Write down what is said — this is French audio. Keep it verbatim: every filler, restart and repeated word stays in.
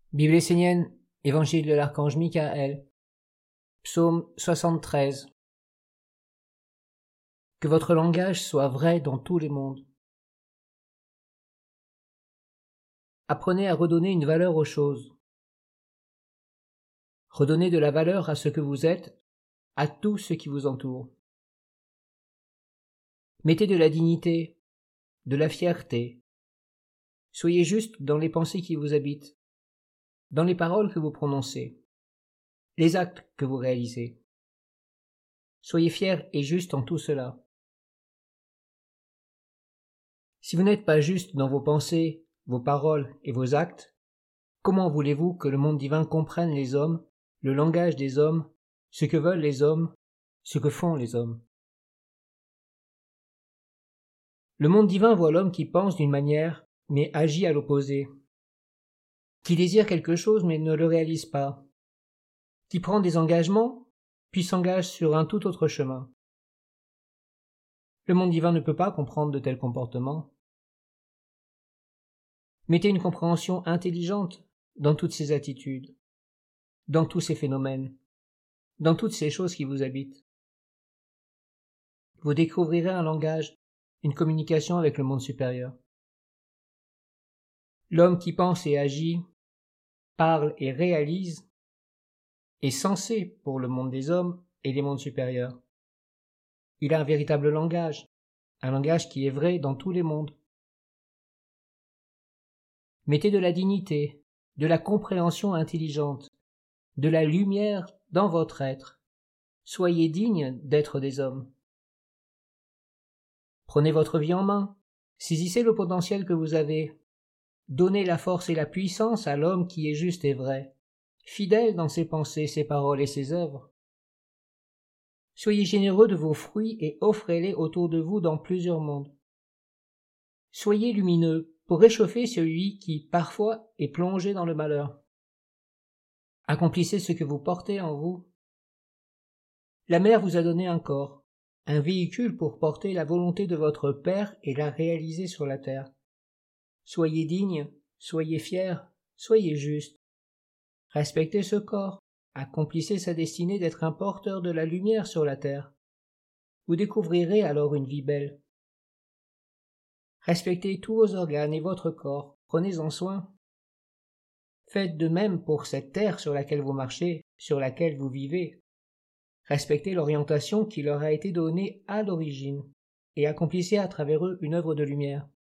Bible essénienne, Évangile de l'archange Michael, Psaume soixante-treize. Que votre langage soit vrai dans tous les mondes. Apprenez à redonner une valeur aux choses. Redonnez de la valeur à ce que vous êtes, à tout ce qui vous entoure. Mettez de la dignité, de la fierté. Soyez juste dans les pensées qui vous habitent, dans les paroles que vous prononcez, les actes que vous réalisez. Soyez fiers et justes en tout cela. Si vous n'êtes pas juste dans vos pensées, vos paroles et vos actes, comment voulez-vous que le monde divin comprenne les hommes, le langage des hommes, ce que veulent les hommes, ce que font les hommes? Le monde divin voit l'homme qui pense d'une manière, mais agit à l'opposé, qui désire quelque chose mais ne le réalise pas, qui prend des engagements, puis s'engage sur un tout autre chemin. Le monde divin ne peut pas comprendre de tels comportements. Mettez une compréhension intelligente dans toutes ces attitudes, dans tous ces phénomènes, dans toutes ces choses qui vous habitent. Vous découvrirez un langage, une communication avec le monde supérieur. L'homme qui pense et agit, parle et réalise, est censé pour le monde des hommes et les mondes supérieurs. Il a un véritable langage, un langage qui est vrai dans tous les mondes. Mettez de la dignité, de la compréhension intelligente, de la lumière dans votre être. Soyez digne d'être des hommes. Prenez votre vie en main, saisissez le potentiel que vous avez, donnez la force et la puissance à l'homme qui est juste et vrai, fidèle dans ses pensées, ses paroles et ses œuvres. Soyez généreux de vos fruits et offrez-les autour de vous dans plusieurs mondes. Soyez lumineux pour réchauffer celui qui, parfois, est plongé dans le malheur. Accomplissez ce que vous portez en vous. La mer vous a donné un corps, un véhicule pour porter la volonté de votre Père et la réaliser sur la terre. Soyez digne, soyez fiers, soyez justes. Respectez ce corps, accomplissez sa destinée d'être un porteur de la lumière sur la terre. Vous découvrirez alors une vie belle. Respectez tous vos organes et votre corps, prenez-en soin. Faites de même pour cette terre sur laquelle vous marchez, sur laquelle vous vivez. Respectez l'orientation qui leur a été donnée à l'origine et accomplissez à travers eux une œuvre de lumière.